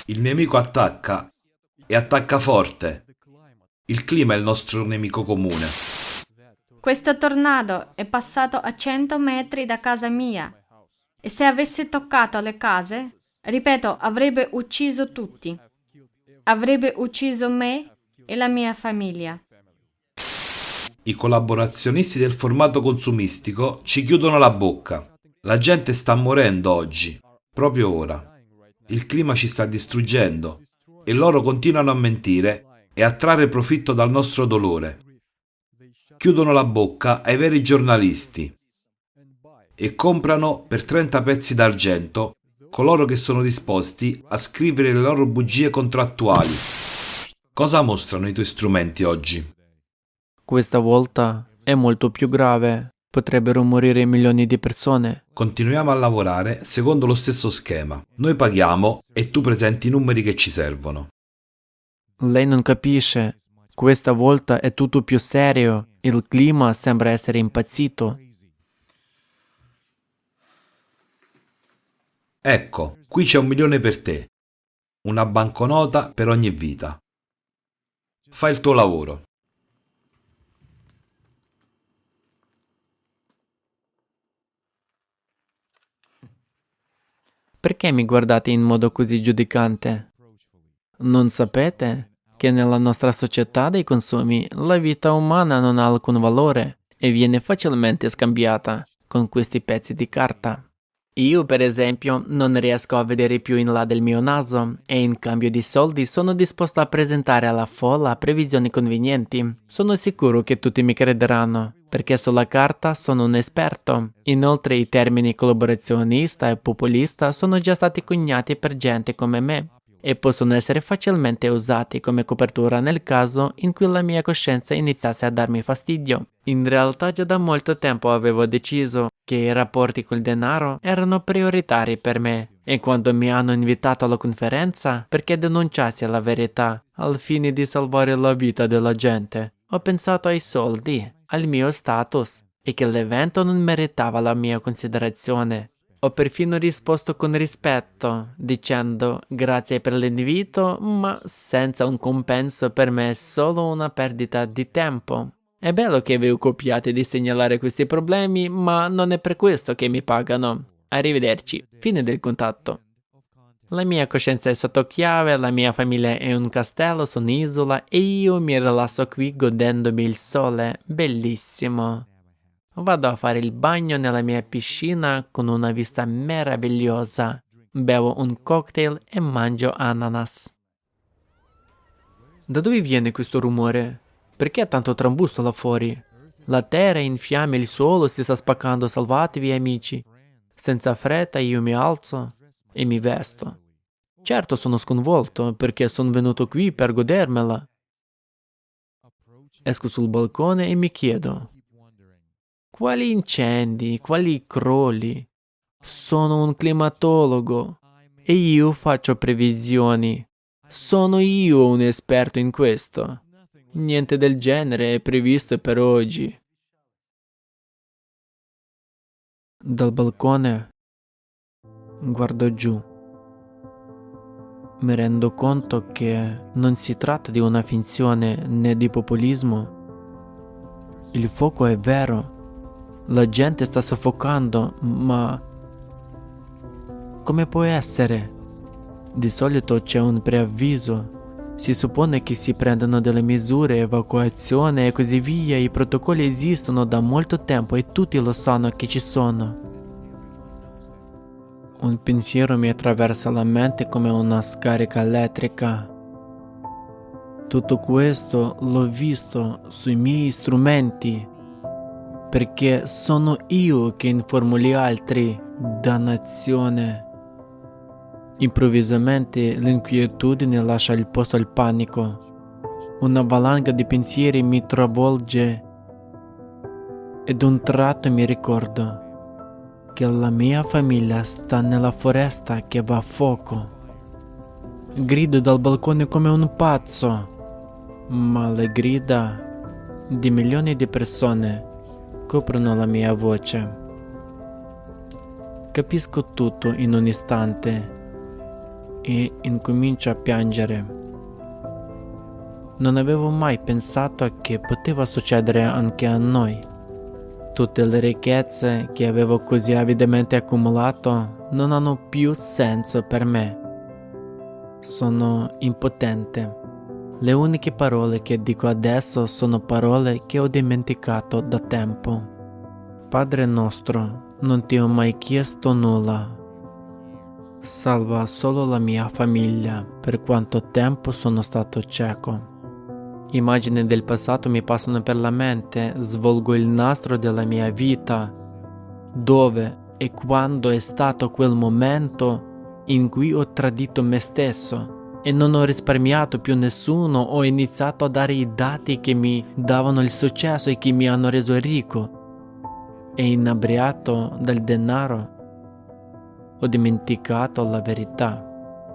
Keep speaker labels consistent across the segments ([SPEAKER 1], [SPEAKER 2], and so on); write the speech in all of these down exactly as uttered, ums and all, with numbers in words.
[SPEAKER 1] Il nemico attacca e attacca forte. Il clima è il nostro nemico comune.
[SPEAKER 2] Questo tornado è passato a cento metri da casa mia e se avesse toccato le case, ripeto, avrebbe ucciso tutti. Avrebbe ucciso me e la mia famiglia.
[SPEAKER 1] I collaborazionisti del formato consumistico ci chiudono la bocca. La gente sta morendo oggi, proprio ora. Il clima ci sta distruggendo e loro continuano a mentire e a trarre profitto dal nostro dolore. Chiudono la bocca ai veri giornalisti e comprano per trenta pezzi d'argento coloro che sono disposti a scrivere le loro bugie contrattuali. Cosa mostrano i tuoi strumenti oggi?
[SPEAKER 3] Questa volta è molto più grave. Potrebbero morire milioni di persone.
[SPEAKER 1] Continuiamo a lavorare secondo lo stesso schema. Noi paghiamo e tu presenti i numeri che ci servono.
[SPEAKER 3] Lei non capisce. Questa volta è tutto più serio. Il clima sembra essere impazzito.
[SPEAKER 1] Ecco, qui c'è un milione per te. Una banconota per ogni vita. Fai il tuo lavoro.
[SPEAKER 3] Perché mi guardate in modo così giudicante? Non sapete che nella nostra società dei consumi la vita umana non ha alcun valore e viene facilmente scambiata con questi pezzi di carta? Io, per esempio, non riesco a vedere più in là del mio naso e in cambio di soldi sono disposto a presentare alla folla previsioni convenienti. Sono sicuro che tutti mi crederanno, perché sulla carta sono un esperto. Inoltre i termini collaborazionista e populista sono già stati coniati per gente come me e possono essere facilmente usati come copertura nel caso in cui la mia coscienza iniziasse a darmi fastidio. In realtà già da molto tempo avevo deciso che i rapporti col denaro erano prioritari per me e quando mi hanno invitato alla conferenza perché denunciassi la verità al fine di salvare la vita della gente, ho pensato ai soldi, al mio status e che l'evento non meritava la mia considerazione. Ho perfino risposto con rispetto, dicendo grazie per l'invito, ma senza un compenso per me è solo una perdita di tempo. È bello che vi occupiate di segnalare questi problemi, ma non è per questo che mi pagano. Arrivederci, fine del contatto. La mia coscienza è sotto chiave, la mia famiglia è un castello su un'isola e io mi rilasso qui godendomi il sole, bellissimo. Vado a fare il bagno nella mia piscina con una vista meravigliosa. Bevo un cocktail e mangio ananas. Da dove viene questo rumore? Perché tanto trambusto là fuori? La terra è in fiamme, il suolo si sta spaccando, salvatevi amici. Senza fretta io mi alzo e mi vesto. Certo sono sconvolto perché sono venuto qui per godermela. Esco sul balcone e mi chiedo: quali incendi, quali crolli? Sono un climatologo e io faccio previsioni. Sono io un esperto in questo. Niente del genere è previsto per oggi. Dal balcone guardo giù. Mi rendo conto che non si tratta di una finzione né di populismo. Il fuoco è vero. La gente sta soffocando, ma come può essere? Di solito c'è un preavviso. Si suppone che si prendano delle misure, evacuazione e così via. I protocolli esistono da molto tempo e tutti lo sanno che ci sono. Un pensiero mi attraversa la mente come una scarica elettrica. Tutto questo l'ho visto sui miei strumenti, perché sono io che informo gli altri. Dannazione. Improvvisamente l'inquietudine lascia il posto al panico. Una valanga di pensieri mi travolge e d'un tratto mi ricordo che la mia famiglia sta nella foresta che va a fuoco. Grido dal balcone come un pazzo, ma le grida di milioni di persone coprono la mia voce. Capisco tutto in un istante. e incomincio a piangere. Non avevo mai pensato che poteva succedere anche a noi. Tutte le ricchezze che avevo così avidamente accumulato non hanno più senso per me. Sono impotente. Le uniche parole che dico adesso sono parole che ho dimenticato da tempo. Padre nostro, non ti ho mai chiesto nulla. Salva solo la mia famiglia, per quanto tempo sono stato cieco. Immagini del passato mi passano per la mente, svolgo il nastro della mia vita. Dove e quando è stato quel momento in cui ho tradito me stesso e non ho risparmiato più nessuno, ho iniziato a dare i dati che mi davano il successo e che mi hanno reso ricco. E inebriato dal denaro, ho dimenticato la verità.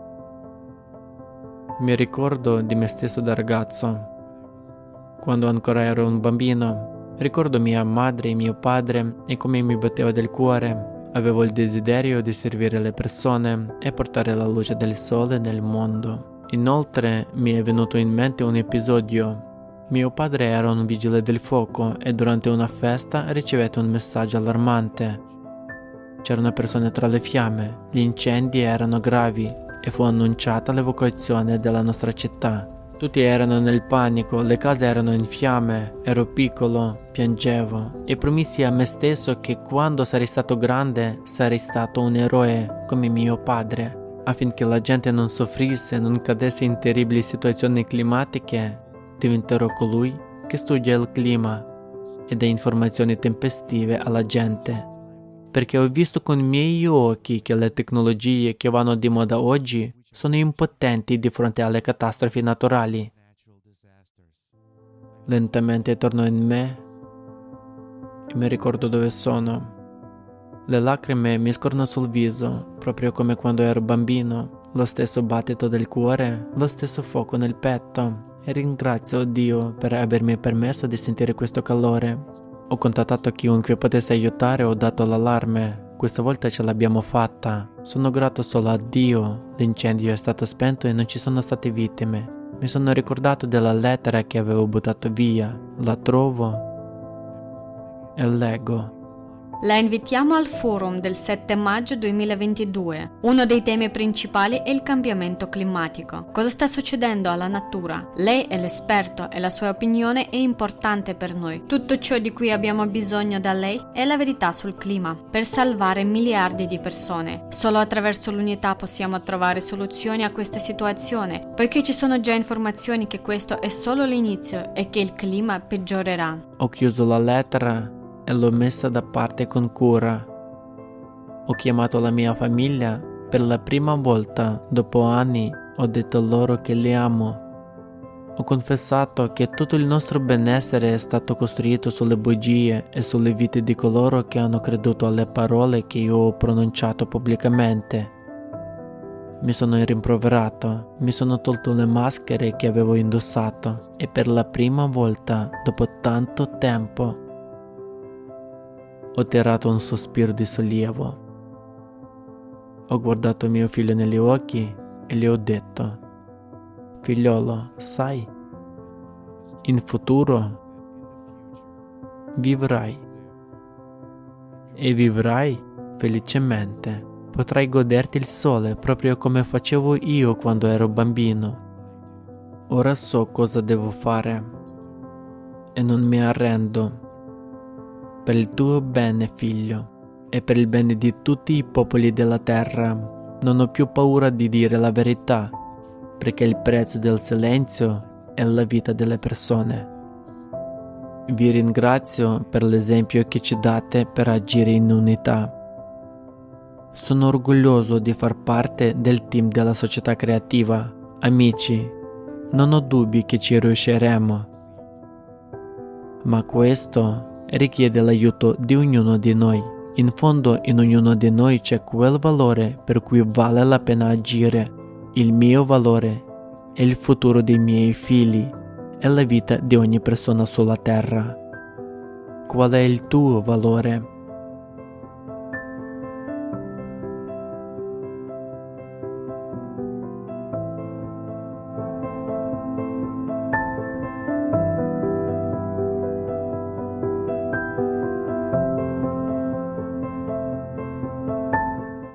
[SPEAKER 3] Mi ricordo di me stesso da ragazzo. Quando ancora ero un bambino, ricordo mia madre e mio padre e come mi batteva del cuore. Avevo il desiderio di servire le persone e portare la luce del sole nel mondo. Inoltre mi è venuto in mente un episodio. Mio padre era un vigile del fuoco e durante una festa ricevette un messaggio allarmante. C'era una persona tra le fiamme, gli incendi erano gravi e fu annunciata l'evacuazione della nostra città. Tutti erano nel panico, le case erano in fiamme, ero piccolo, piangevo e promissi a me stesso che quando sarei stato grande sarei stato un eroe come mio padre. Affinché la gente non soffrisse, non cadesse in terribili situazioni climatiche, diventerò colui che studia il clima e dà informazioni tempestive alla gente. Perché ho visto con i miei occhi che le tecnologie che vanno di moda oggi sono impotenti di fronte alle catastrofi naturali. Lentamente torno in me e mi ricordo dove sono. Le lacrime mi scorrono sul viso, proprio come quando ero bambino, lo stesso battito del cuore, lo stesso fuoco nel petto, e ringrazio Dio per avermi permesso di sentire questo calore. Ho contattato chiunque potesse aiutare e ho dato l'allarme. Questa volta ce l'abbiamo fatta. Sono grato solo a Dio. L'incendio è stato spento e non ci sono state vittime. Mi sono ricordato della lettera che avevo buttato via. La trovo e leggo.
[SPEAKER 2] La invitiamo al forum del sette maggio duemilaventidue. Uno dei temi principali è il cambiamento climatico. Cosa sta succedendo alla natura? Lei è l'esperto e la sua opinione è importante per noi. Tutto ciò di cui abbiamo bisogno da lei è la verità sul clima, per salvare miliardi di persone. Solo attraverso l'unità possiamo trovare soluzioni a questa situazione, poiché ci sono già informazioni che questo è solo l'inizio e che il clima peggiorerà.
[SPEAKER 3] Ho chiuso la lettera e l'ho messa da parte con cura. Ho chiamato la mia famiglia per la prima volta dopo anni, ho detto loro che li amo. Ho confessato che tutto il nostro benessere è stato costruito sulle bugie e sulle vite di coloro che hanno creduto alle parole che io ho pronunciato pubblicamente. Mi sono rimproverato, mi sono tolto le maschere che avevo indossato e per la prima volta dopo tanto tempo ho tirato un sospiro di sollievo. Ho guardato mio figlio negli occhi e gli ho detto: figliolo, sai, in futuro vivrai e vivrai felicemente. Potrai goderti il sole proprio come facevo io quando ero bambino. Ora so cosa devo fare e non mi arrendo. Per il tuo bene, figlio, e per il bene di tutti i popoli della terra, non ho più paura di dire la verità, perché il prezzo del silenzio è la vita delle persone. Vi ringrazio per l'esempio che ci date per agire in unità. Sono orgoglioso di far parte del team della società creativa. Amici, non ho dubbi che ci riusciremo. Ma questo richiede l'aiuto di ognuno di noi. In fondo, in ognuno di noi c'è quel valore per cui vale la pena agire. Il mio valore è il futuro dei miei figli e la vita di ogni persona sulla terra. Qual è il tuo valore?